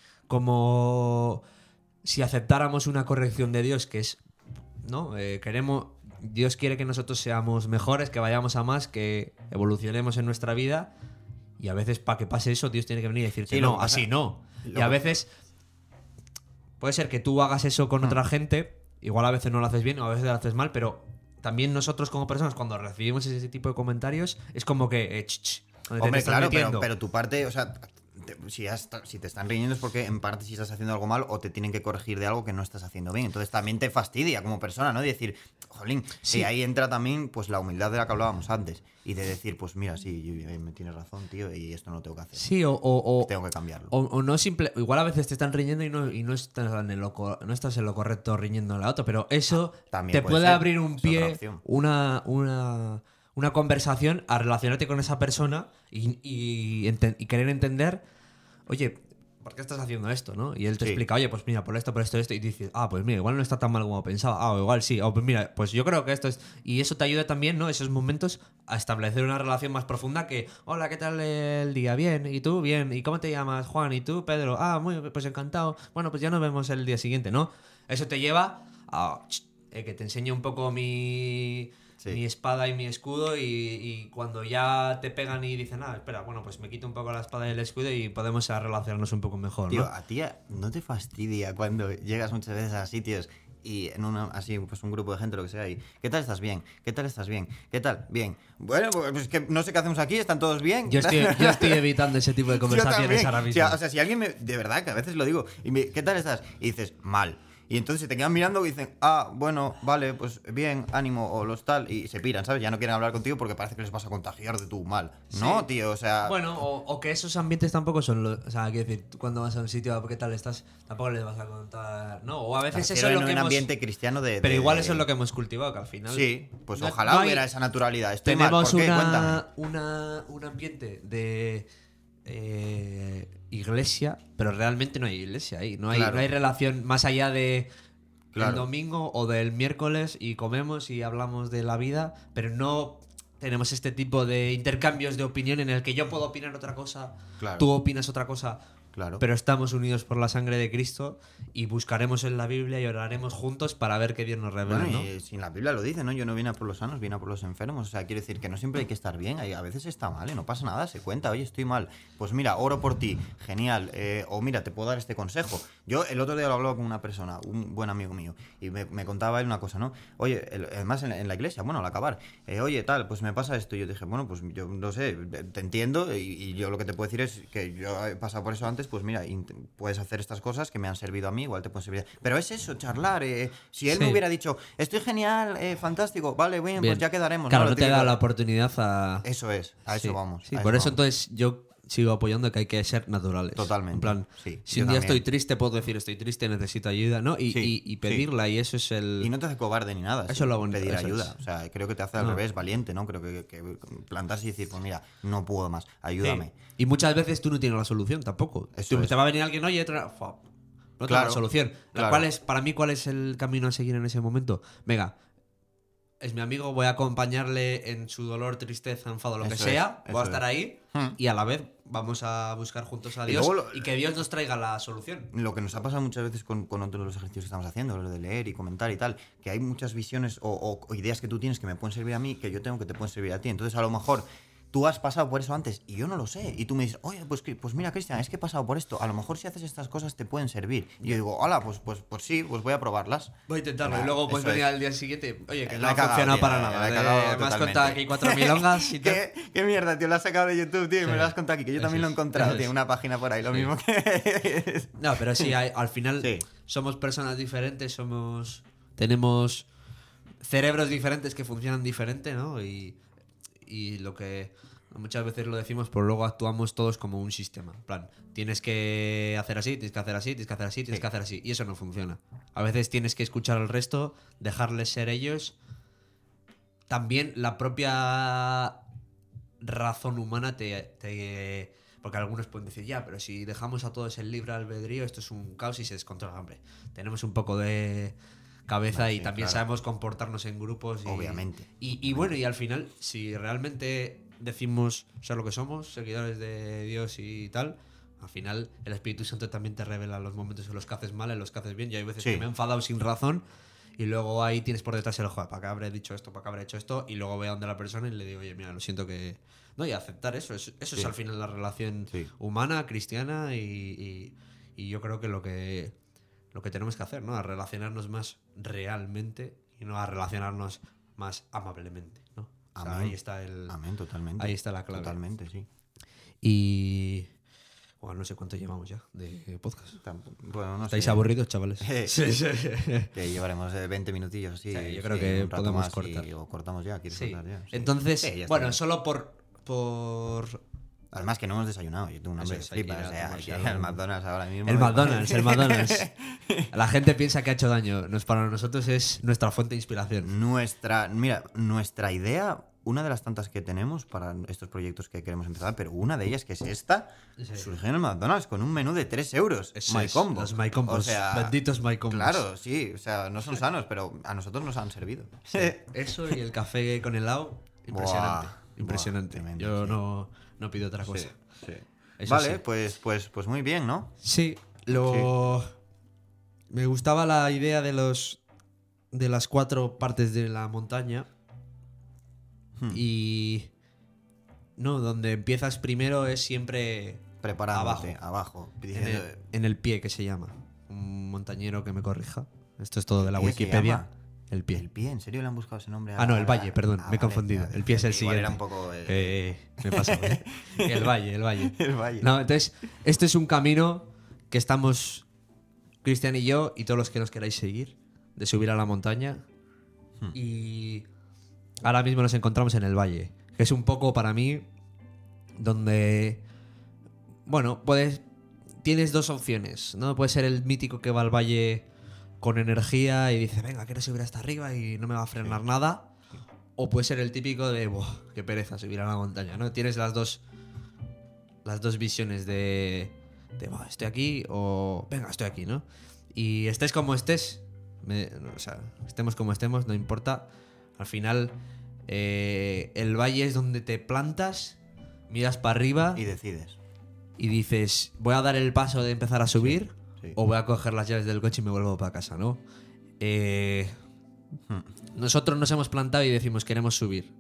[SPEAKER 1] como si aceptáramos una corrección de Dios, que es, ¿no? Eh, queremos, Dios quiere que nosotros seamos mejores, que vayamos a más, que evolucionemos en nuestra vida. Y a veces para que pase eso, Dios tiene que venir y decirte,
[SPEAKER 2] Sí, lo
[SPEAKER 1] no,
[SPEAKER 2] que pasa-
[SPEAKER 1] así no.
[SPEAKER 2] lo
[SPEAKER 1] Y a
[SPEAKER 2] que-
[SPEAKER 1] veces puede ser que tú hagas eso con
[SPEAKER 2] Hmm.
[SPEAKER 1] otra gente, igual a veces no lo haces bien o a veces lo haces mal, pero también nosotros como personas cuando recibimos ese tipo de comentarios es como que, eh, ch, ch, ¿dónde te
[SPEAKER 2] Hombre,
[SPEAKER 1] estás
[SPEAKER 2] claro, pero,
[SPEAKER 1] metiendo?
[SPEAKER 2] pero tu parte, o sea, te, si, has, si te están riñendo es porque en parte si estás haciendo algo mal o te tienen que corregir de algo que no estás haciendo bien. Entonces también te fastidia como persona, ¿no? De decir, jolín,
[SPEAKER 1] Sí.
[SPEAKER 2] y ahí entra también pues la humildad de la que hablábamos antes. Y de decir, pues mira, sí, yo, yo, me tienes razón, tío, y esto no lo tengo que hacer.
[SPEAKER 1] Sí, o, o, o,
[SPEAKER 2] Tengo que cambiarlo.
[SPEAKER 1] o, o no simple. Igual a veces te están riñendo y no, y no, estás, en lo, co- no estás en lo correcto riñendo a la otra, pero eso
[SPEAKER 2] También
[SPEAKER 1] te
[SPEAKER 2] puede
[SPEAKER 1] puede
[SPEAKER 2] ser.
[SPEAKER 1] abrir un
[SPEAKER 2] Es otra
[SPEAKER 1] pie,
[SPEAKER 2] opción.
[SPEAKER 1] una, una, una conversación a relacionarte con esa persona y, y, enten- y querer entender, oye, ¿por qué estás haciendo esto? ¿No? Y él te
[SPEAKER 2] Sí.
[SPEAKER 1] explica, oye, pues mira, por esto, por esto, esto, y dices, ah, pues mira, igual no está tan mal como pensaba, ah, o igual sí, o pues mira, pues yo creo que esto es. Y eso te ayuda también, ¿no? Esos momentos a establecer una relación más profunda que, hola, ¿qué tal el día? Bien, ¿y tú? Bien, ¿y cómo te llamas? Juan, ¿y tú? Pedro, ah, muy, pues encantado, bueno, pues ya nos vemos el día siguiente, ¿no? Eso te lleva a eh, que te enseñe un poco mi.
[SPEAKER 2] Sí.
[SPEAKER 1] Mi espada y mi escudo y, y cuando ya te pegan y dicen, ah, espera, bueno, pues me quito un poco la espada y el escudo y podemos a relacionarnos un poco mejor,
[SPEAKER 2] Tío,
[SPEAKER 1] ¿no?
[SPEAKER 2] a ti no te fastidia cuando llegas muchas veces a sitios y en una, así, pues un grupo de gente, lo que sea, y ¿qué tal estás bien? ¿Qué tal estás bien? ¿Qué tal? Bien. Bueno, pues es que no sé qué hacemos aquí, ¿están todos bien?
[SPEAKER 1] Yo estoy, yo estoy evitando ese tipo de
[SPEAKER 2] Yo
[SPEAKER 1] conversaciones
[SPEAKER 2] también.
[SPEAKER 1] ahora
[SPEAKER 2] O
[SPEAKER 1] mismo.
[SPEAKER 2] sea, o sea, si alguien me... De verdad, que a veces lo digo, y me, ¿qué tal estás? Y dices, mal. Y entonces se te quedan mirando y dicen, ah, bueno, vale, pues bien, ánimo, o los tal, y se piran, ¿sabes? Ya no quieren hablar contigo porque parece que les vas a contagiar de tu mal. No, tío, o sea...
[SPEAKER 1] Bueno, o, o que esos ambientes tampoco son los... O sea, quiero decir, tú cuando vas a un sitio, ¿qué tal estás? Tampoco les vas a contar... No, o a
[SPEAKER 2] me
[SPEAKER 1] veces
[SPEAKER 2] refiero
[SPEAKER 1] eso es
[SPEAKER 2] en
[SPEAKER 1] lo que
[SPEAKER 2] un
[SPEAKER 1] hemos...
[SPEAKER 2] ambiente cristiano de...
[SPEAKER 1] Pero
[SPEAKER 2] de-
[SPEAKER 1] igual
[SPEAKER 2] de-
[SPEAKER 1] eso es lo que hemos cultivado, que al final...
[SPEAKER 2] Sí, pues
[SPEAKER 1] no-
[SPEAKER 2] ojalá
[SPEAKER 1] no hay-
[SPEAKER 2] hubiera esa naturalidad. Estoy mal,
[SPEAKER 1] Tenemos
[SPEAKER 2] ¿por qué? Cuéntame.
[SPEAKER 1] una, una, un ambiente de eh, iglesia, pero realmente no hay iglesia ahí. No hay,
[SPEAKER 2] Claro.
[SPEAKER 1] no hay relación más allá de
[SPEAKER 2] Claro.
[SPEAKER 1] el domingo o del miércoles y comemos y hablamos de la vida, pero no tenemos este tipo de intercambios de opinión en el que yo puedo opinar otra cosa,
[SPEAKER 2] Claro.
[SPEAKER 1] tú opinas otra cosa.
[SPEAKER 2] Claro.
[SPEAKER 1] Pero estamos unidos por la sangre de Cristo y buscaremos en la Biblia y oraremos juntos para ver qué Dios nos revela,
[SPEAKER 2] Bueno,
[SPEAKER 1] ¿no?
[SPEAKER 2] y si en la Biblia lo dice, ¿no? Yo no vine a por los sanos, vine a por los enfermos. O sea, quiere decir que no siempre hay que estar bien. hay- A veces está mal, ¿eh? No pasa nada, se cuenta. Oye, estoy mal. Pues mira, oro por ti. Genial. Eh, o mira, te puedo dar este consejo. Yo el otro día lo hablaba con una persona, un buen amigo mío, y me, me contaba él una cosa, ¿no? Oye, el- además en, la- en la iglesia, bueno, al acabar, eh, oye, tal, pues me pasa esto. Y yo dije, bueno, pues yo no sé, te entiendo y, y yo lo que te puedo decir es que yo he pasado por eso antes, pues mira, int- puedes hacer estas cosas que me han servido a mí, igual te pueden servir. Pero es eso, charlar. eh, si él
[SPEAKER 1] Sí.
[SPEAKER 2] me hubiera dicho, estoy genial, eh, fantástico, vale, bien,
[SPEAKER 1] Bien.
[SPEAKER 2] pues ya quedaremos.
[SPEAKER 1] Claro,
[SPEAKER 2] Lo
[SPEAKER 1] no te
[SPEAKER 2] típico.
[SPEAKER 1] da la oportunidad a...
[SPEAKER 2] Eso es, a
[SPEAKER 1] Sí,
[SPEAKER 2] eso vamos.
[SPEAKER 1] Sí,
[SPEAKER 2] a
[SPEAKER 1] por eso
[SPEAKER 2] vamos.
[SPEAKER 1] entonces yo sigo apoyando que hay que ser naturales.
[SPEAKER 2] Totalmente,
[SPEAKER 1] En plan,
[SPEAKER 2] sí,
[SPEAKER 1] si
[SPEAKER 2] yo
[SPEAKER 1] un día
[SPEAKER 2] también.
[SPEAKER 1] estoy triste, puedo decir estoy triste, necesito ayuda, ¿no? Y,
[SPEAKER 2] Sí,
[SPEAKER 1] y- y
[SPEAKER 2] sí.
[SPEAKER 1] pedirla, y eso es el...
[SPEAKER 2] Y no te hace cobarde ni nada.
[SPEAKER 1] Eso
[SPEAKER 2] sí,
[SPEAKER 1] es lo bonito,
[SPEAKER 2] pedir
[SPEAKER 1] eso
[SPEAKER 2] ayuda.
[SPEAKER 1] es.
[SPEAKER 2] O sea, creo que te hace al
[SPEAKER 1] No.
[SPEAKER 2] revés, valiente, ¿no? Creo que, que plantarse y decir, pues mira, no puedo más, ayúdame.
[SPEAKER 1] Sí. Y muchas veces tú no tienes la solución tampoco.
[SPEAKER 2] Eso
[SPEAKER 1] Tú-
[SPEAKER 2] es.
[SPEAKER 1] Te va a venir alguien, oye, tra- fua, no tengo
[SPEAKER 2] Claro,
[SPEAKER 1] la solución. La
[SPEAKER 2] claro.
[SPEAKER 1] cual es, para mí, ¿cuál es el camino a seguir en ese momento? Venga, es mi amigo, voy a acompañarle en su dolor, tristeza, enfado, lo que
[SPEAKER 2] Eso
[SPEAKER 1] sea.
[SPEAKER 2] es,
[SPEAKER 1] Voy a
[SPEAKER 2] eso
[SPEAKER 1] estar
[SPEAKER 2] es.
[SPEAKER 1] ahí
[SPEAKER 2] Hmm.
[SPEAKER 1] y a la vez vamos a buscar juntos a
[SPEAKER 2] Y
[SPEAKER 1] Dios y,
[SPEAKER 2] luego lo-
[SPEAKER 1] que Dios nos traiga la solución.
[SPEAKER 2] Lo que nos ha pasado muchas veces con, con otros de los ejercicios que estamos haciendo, los de leer y comentar y tal, que hay muchas visiones o, o- o ideas que tú tienes que me pueden servir a mí, que yo tengo que te pueden servir a ti. Entonces, a lo mejor tú has pasado por eso antes y yo no lo sé. Y tú me dices, oye, pues, que- pues mira, Cristian, es que he pasado por esto. A lo mejor si haces estas cosas te pueden servir. Y yo digo, hola, pues, pues, pues sí, pues voy a probarlas.
[SPEAKER 1] Voy a intentarlo.
[SPEAKER 2] Venga,
[SPEAKER 1] y luego pues
[SPEAKER 2] eso
[SPEAKER 1] venir
[SPEAKER 2] es.
[SPEAKER 1] al día siguiente. Oye, que
[SPEAKER 2] La
[SPEAKER 1] no
[SPEAKER 2] he
[SPEAKER 1] ha
[SPEAKER 2] cagado,
[SPEAKER 1] funcionado
[SPEAKER 2] tío,
[SPEAKER 1] para
[SPEAKER 2] la-
[SPEAKER 1] nada.
[SPEAKER 2] la he
[SPEAKER 1] De-
[SPEAKER 2] cagado
[SPEAKER 1] me has
[SPEAKER 2] totalmente.
[SPEAKER 1] contado aquí cuatro milongas y tal.
[SPEAKER 2] ¿Qué, qué mierda, tío, lo has sacado de YouTube, tío, y
[SPEAKER 1] Sí.
[SPEAKER 2] me lo has contado aquí, que yo
[SPEAKER 1] Eso
[SPEAKER 2] también lo he
[SPEAKER 1] es,
[SPEAKER 2] encontrado,
[SPEAKER 1] eso
[SPEAKER 2] tío,
[SPEAKER 1] es.
[SPEAKER 2] una página por ahí, lo
[SPEAKER 1] Sí.
[SPEAKER 2] mismo que...
[SPEAKER 1] No, pero sí, hay- al final
[SPEAKER 2] Sí.
[SPEAKER 1] somos personas diferentes, somos tenemos cerebros diferentes que funcionan diferente, ¿no? Y, y lo que muchas veces lo decimos, pero luego actuamos todos como un sistema. En plan, tienes que hacer así, tienes que hacer así, tienes que hacer así, tienes
[SPEAKER 2] Sí.
[SPEAKER 1] que hacer así. Y eso no funciona. A veces tienes que escuchar al resto, dejarles ser ellos. También la propia razón humana te, te- porque algunos pueden decir, ya, pero si dejamos a todos el libre albedrío, esto es un caos y se descontrola. Hombre, tenemos un poco de cabeza
[SPEAKER 2] No,
[SPEAKER 1] y
[SPEAKER 2] sí,
[SPEAKER 1] también
[SPEAKER 2] claro.
[SPEAKER 1] sabemos comportarnos en grupos. Y,
[SPEAKER 2] Obviamente.
[SPEAKER 1] Y, y bueno, y al final, si realmente decimos ser lo que somos, seguidores de Dios y tal, al final el Espíritu Santo también te revela los momentos en los que haces mal, en los que haces bien. Yo hay veces
[SPEAKER 2] Sí.
[SPEAKER 1] que me he enfadado sin razón. Y luego ahí tienes por detrás el ojo, ¿para qué habré dicho esto? ¿Para qué habré hecho esto? Y luego voy a donde la persona y le digo, oye, mira, lo siento que... No, y aceptar eso. Eso, eso
[SPEAKER 2] Sí.
[SPEAKER 1] es al final la relación
[SPEAKER 2] Sí.
[SPEAKER 1] humana, cristiana y, y, y yo creo que lo que lo que tenemos que hacer, ¿no? A relacionarnos más realmente y no a relacionarnos más amablemente, ¿no? O sea,
[SPEAKER 2] Amén.
[SPEAKER 1] ahí está el...
[SPEAKER 2] Amén, totalmente.
[SPEAKER 1] Ahí está la clave.
[SPEAKER 2] Totalmente, sí.
[SPEAKER 1] Y... Bueno, no sé cuánto llevamos ya de podcast.
[SPEAKER 2] Tampoco- Bueno, no
[SPEAKER 1] ¿Estáis
[SPEAKER 2] sé.
[SPEAKER 1] aburridos, chavales?
[SPEAKER 2] Eh,
[SPEAKER 1] Sí, sí.
[SPEAKER 2] Que llevaremos eh, veinte minutillos así.
[SPEAKER 1] Sí, yo creo que
[SPEAKER 2] un rato
[SPEAKER 1] podemos
[SPEAKER 2] más
[SPEAKER 1] cortar.
[SPEAKER 2] y- o cortamos ya, ¿quieres
[SPEAKER 1] Sí.
[SPEAKER 2] cortar ya? Sí.
[SPEAKER 1] Entonces,
[SPEAKER 2] Sí, ya está
[SPEAKER 1] bueno,
[SPEAKER 2] bien.
[SPEAKER 1] solo por, por...
[SPEAKER 2] Además que no hemos desayunado, yo tengo un
[SPEAKER 1] Eso
[SPEAKER 2] hambre
[SPEAKER 1] es,
[SPEAKER 2] que
[SPEAKER 1] hay que
[SPEAKER 2] flipas,
[SPEAKER 1] ir a
[SPEAKER 2] o sea,
[SPEAKER 1] tomarse
[SPEAKER 2] que
[SPEAKER 1] algo.
[SPEAKER 2] el McDonald's ahora mismo...
[SPEAKER 1] El McDonald's, el McDonald's. La gente piensa que ha hecho daño. Nos, para nosotros es nuestra fuente de inspiración.
[SPEAKER 2] Nuestra, mira, nuestra idea, una de las tantas que tenemos para estos proyectos que queremos empezar, pero una de ellas, que es esta,
[SPEAKER 1] Sí.
[SPEAKER 2] surgió en el McDonald's con un menú de tres euros.
[SPEAKER 1] Eso
[SPEAKER 2] My
[SPEAKER 1] es,
[SPEAKER 2] Combo.
[SPEAKER 1] los My Combos,
[SPEAKER 2] O sea,
[SPEAKER 1] benditos My Combos.
[SPEAKER 2] Claro, sí, o sea, no son sanos, pero a nosotros nos han servido.
[SPEAKER 1] Eso y el café con helado, impresionante.
[SPEAKER 2] Buah,
[SPEAKER 1] impresionante.
[SPEAKER 2] buah, tremendo,
[SPEAKER 1] Yo
[SPEAKER 2] sí.
[SPEAKER 1] no, no pido otra cosa.
[SPEAKER 2] Sí, sí.
[SPEAKER 1] Eso
[SPEAKER 2] Vale,
[SPEAKER 1] sí.
[SPEAKER 2] pues, pues, pues muy bien, ¿no?
[SPEAKER 1] Sí, lo... Me gustaba la idea de los de las cuatro partes de la montaña.
[SPEAKER 2] Hmm.
[SPEAKER 1] Y... No, donde empiezas primero es siempre
[SPEAKER 2] Preparándote, abajo.
[SPEAKER 1] en
[SPEAKER 2] diciendo,
[SPEAKER 1] el, en el pie, que se llama. Un montañero que me corrija. Esto es todo de la
[SPEAKER 2] ¿qué se
[SPEAKER 1] Wikipedia.
[SPEAKER 2] llama?
[SPEAKER 1] El pie.
[SPEAKER 2] El pie, ¿en serio le han buscado ese nombre?
[SPEAKER 1] Ah, no, el
[SPEAKER 2] a-
[SPEAKER 1] valle, perdón,
[SPEAKER 2] Ah,
[SPEAKER 1] me he
[SPEAKER 2] vale,
[SPEAKER 1] confundido.
[SPEAKER 2] vale.
[SPEAKER 1] El pie es el
[SPEAKER 2] Igual
[SPEAKER 1] siguiente.
[SPEAKER 2] era un poco... eh,
[SPEAKER 1] Eh, me pasa. ¿eh? El valle, el valle.
[SPEAKER 2] el valle.
[SPEAKER 1] No, entonces, este es un camino que estamos, Cristian y yo, y todos los que nos queráis seguir, de subir a la montaña.
[SPEAKER 2] Hmm.
[SPEAKER 1] Y ahora mismo nos encontramos en el valle, que es un poco para mí donde, bueno, puedes, tienes dos opciones, ¿no? Puede ser el mítico que va al valle con energía y dice, venga, quiero subir hasta arriba y no me va a frenar nada. O puede ser el típico de, buah, qué pereza subir a la montaña, ¿no? Tienes las dos, las dos visiones de, de "Buah, estoy aquí o venga, estoy aquí, ¿no? Y estés como estés, me- o sea, estemos como estemos, no importa. Al final, eh, el valle es donde te plantas, miras para arriba
[SPEAKER 2] Y decides.
[SPEAKER 1] y dices, voy a dar el paso de empezar a subir
[SPEAKER 2] Sí.
[SPEAKER 1] o voy a coger las llaves del coche y me vuelvo para casa, ¿no? Eh,
[SPEAKER 2] Hmm.
[SPEAKER 1] nosotros nos hemos plantado y decimos, queremos subir.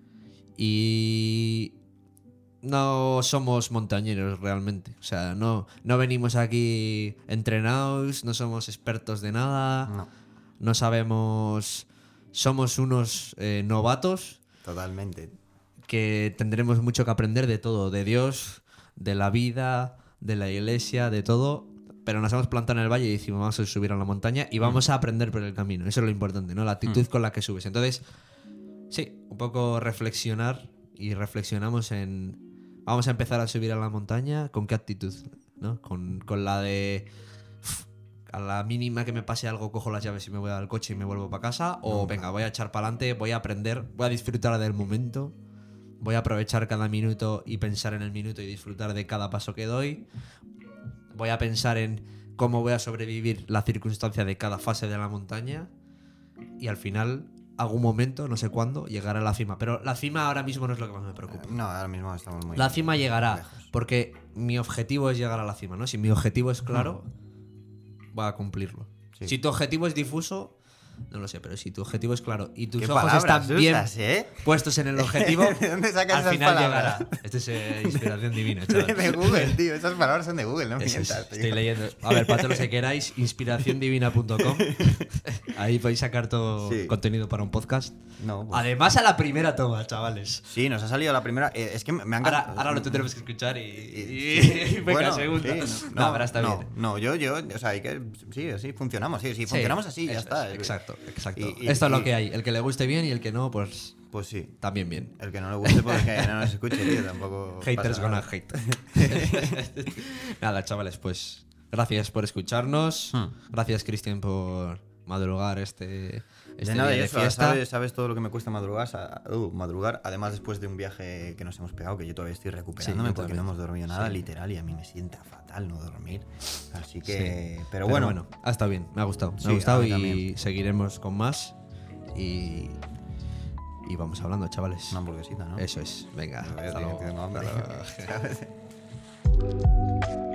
[SPEAKER 1] Y no somos montañeros realmente. O sea, no, no venimos aquí entrenados, no somos expertos de nada,
[SPEAKER 2] No,
[SPEAKER 1] no sabemos... Somos unos eh, novatos
[SPEAKER 2] totalmente.
[SPEAKER 1] que tendremos mucho que aprender de todo, de Dios, de la vida, de la iglesia, de todo. Pero nos hemos plantado en el valle y decimos, vamos a subir a la montaña y vamos a aprender por el camino. Eso es lo importante, ¿no? La actitud con la que subes. Entonces, sí, un poco reflexionar y reflexionamos en... Vamos a empezar a subir a la montaña, ¿con qué actitud? ¿No? Con, con la de... "Uf, a la mínima que me pase algo, cojo las llaves y me voy al coche y me vuelvo para casa. O venga, voy a echar para adelante, voy a aprender, voy a disfrutar del momento. Voy a aprovechar cada minuto y pensar en el minuto y disfrutar de cada paso que doy. Voy a pensar en cómo voy a sobrevivir la circunstancia de cada fase de la montaña. Y al final, algún momento, no sé cuándo, llegará a la cima. Pero la cima ahora mismo no es lo que más me preocupa.
[SPEAKER 2] No, ahora mismo estamos muy
[SPEAKER 1] La cima llegará,
[SPEAKER 2] lejos.
[SPEAKER 1] porque mi objetivo es llegar a la cima, ¿no? Si mi objetivo es claro, voy a cumplirlo.
[SPEAKER 2] Sí.
[SPEAKER 1] Si tu objetivo es difuso, no lo sé, pero si tu objetivo es claro y tus
[SPEAKER 2] ¿Qué
[SPEAKER 1] ojos
[SPEAKER 2] palabras
[SPEAKER 1] están bien
[SPEAKER 2] usas, eh?
[SPEAKER 1] puestos en el objetivo,
[SPEAKER 2] ¿De dónde sacas
[SPEAKER 1] al
[SPEAKER 2] esas
[SPEAKER 1] final
[SPEAKER 2] palabras?
[SPEAKER 1] llegará. Esto es eh, inspiración divina, chaval.
[SPEAKER 2] De Google, tío. Esas palabras son de Google, no
[SPEAKER 1] Eso es,
[SPEAKER 2] mientas, tío.
[SPEAKER 1] estoy leyendo. A ver, para todos los que queráis, inspiración divina punto com. Ahí podéis sacar todo
[SPEAKER 2] Sí.
[SPEAKER 1] contenido para un podcast.
[SPEAKER 2] No, pues-
[SPEAKER 1] Además, a la primera toma, chavales.
[SPEAKER 2] Sí, nos ha salido la primera. eh, es que me han
[SPEAKER 1] Ahora,
[SPEAKER 2] encantado-
[SPEAKER 1] ahora lo tenemos que escuchar y, y,
[SPEAKER 2] Sí,
[SPEAKER 1] y venga,
[SPEAKER 2] bueno,
[SPEAKER 1] segunda.
[SPEAKER 2] sí,
[SPEAKER 1] no, ahora está
[SPEAKER 2] no,
[SPEAKER 1] bien.
[SPEAKER 2] No, yo, yo, o sea, hay que, sí, así funcionamos, sí, sí, funcionamos así, ya
[SPEAKER 1] eso
[SPEAKER 2] está.
[SPEAKER 1] es, exacto, exacto.
[SPEAKER 2] Y- y-
[SPEAKER 1] Esto es lo
[SPEAKER 2] y-
[SPEAKER 1] que hay. El que le guste bien y el que no, pues
[SPEAKER 2] Pues sí.
[SPEAKER 1] también bien.
[SPEAKER 2] El que no le guste, pues que no nos escuche, tío, tampoco.
[SPEAKER 1] Haters
[SPEAKER 2] pasa
[SPEAKER 1] gonna
[SPEAKER 2] nada.
[SPEAKER 1] hate. Nada, chavales, pues gracias por escucharnos.
[SPEAKER 2] Hmm.
[SPEAKER 1] Gracias, Cristian, por madrugar este, este
[SPEAKER 2] De nada,
[SPEAKER 1] día
[SPEAKER 2] y
[SPEAKER 1] de
[SPEAKER 2] eso,
[SPEAKER 1] fiesta.
[SPEAKER 2] ¿sabes, sabes todo lo que me cuesta madrugar, sa- uh, madrugar, además después de un viaje que nos hemos pegado, que yo todavía estoy recuperándome
[SPEAKER 1] yo
[SPEAKER 2] porque
[SPEAKER 1] también.
[SPEAKER 2] no hemos dormido nada,
[SPEAKER 1] Sí.
[SPEAKER 2] literal, y a mí me sienta fatal no dormir. Así que,
[SPEAKER 1] Sí.
[SPEAKER 2] pero, bueno,
[SPEAKER 1] ha estado bien, me ha gustado. Me
[SPEAKER 2] Sí,
[SPEAKER 1] ha gustado
[SPEAKER 2] a mí
[SPEAKER 1] y
[SPEAKER 2] también.
[SPEAKER 1] seguiremos con más. Y, y vamos hablando, chavales.
[SPEAKER 2] una hamburguesita, ¿no?
[SPEAKER 1] Eso es. Venga,
[SPEAKER 2] Pero
[SPEAKER 1] hasta
[SPEAKER 2] yo
[SPEAKER 1] luego.
[SPEAKER 2] tengo hambre.
[SPEAKER 1] Hasta luego.
[SPEAKER 2] ¿Sabes?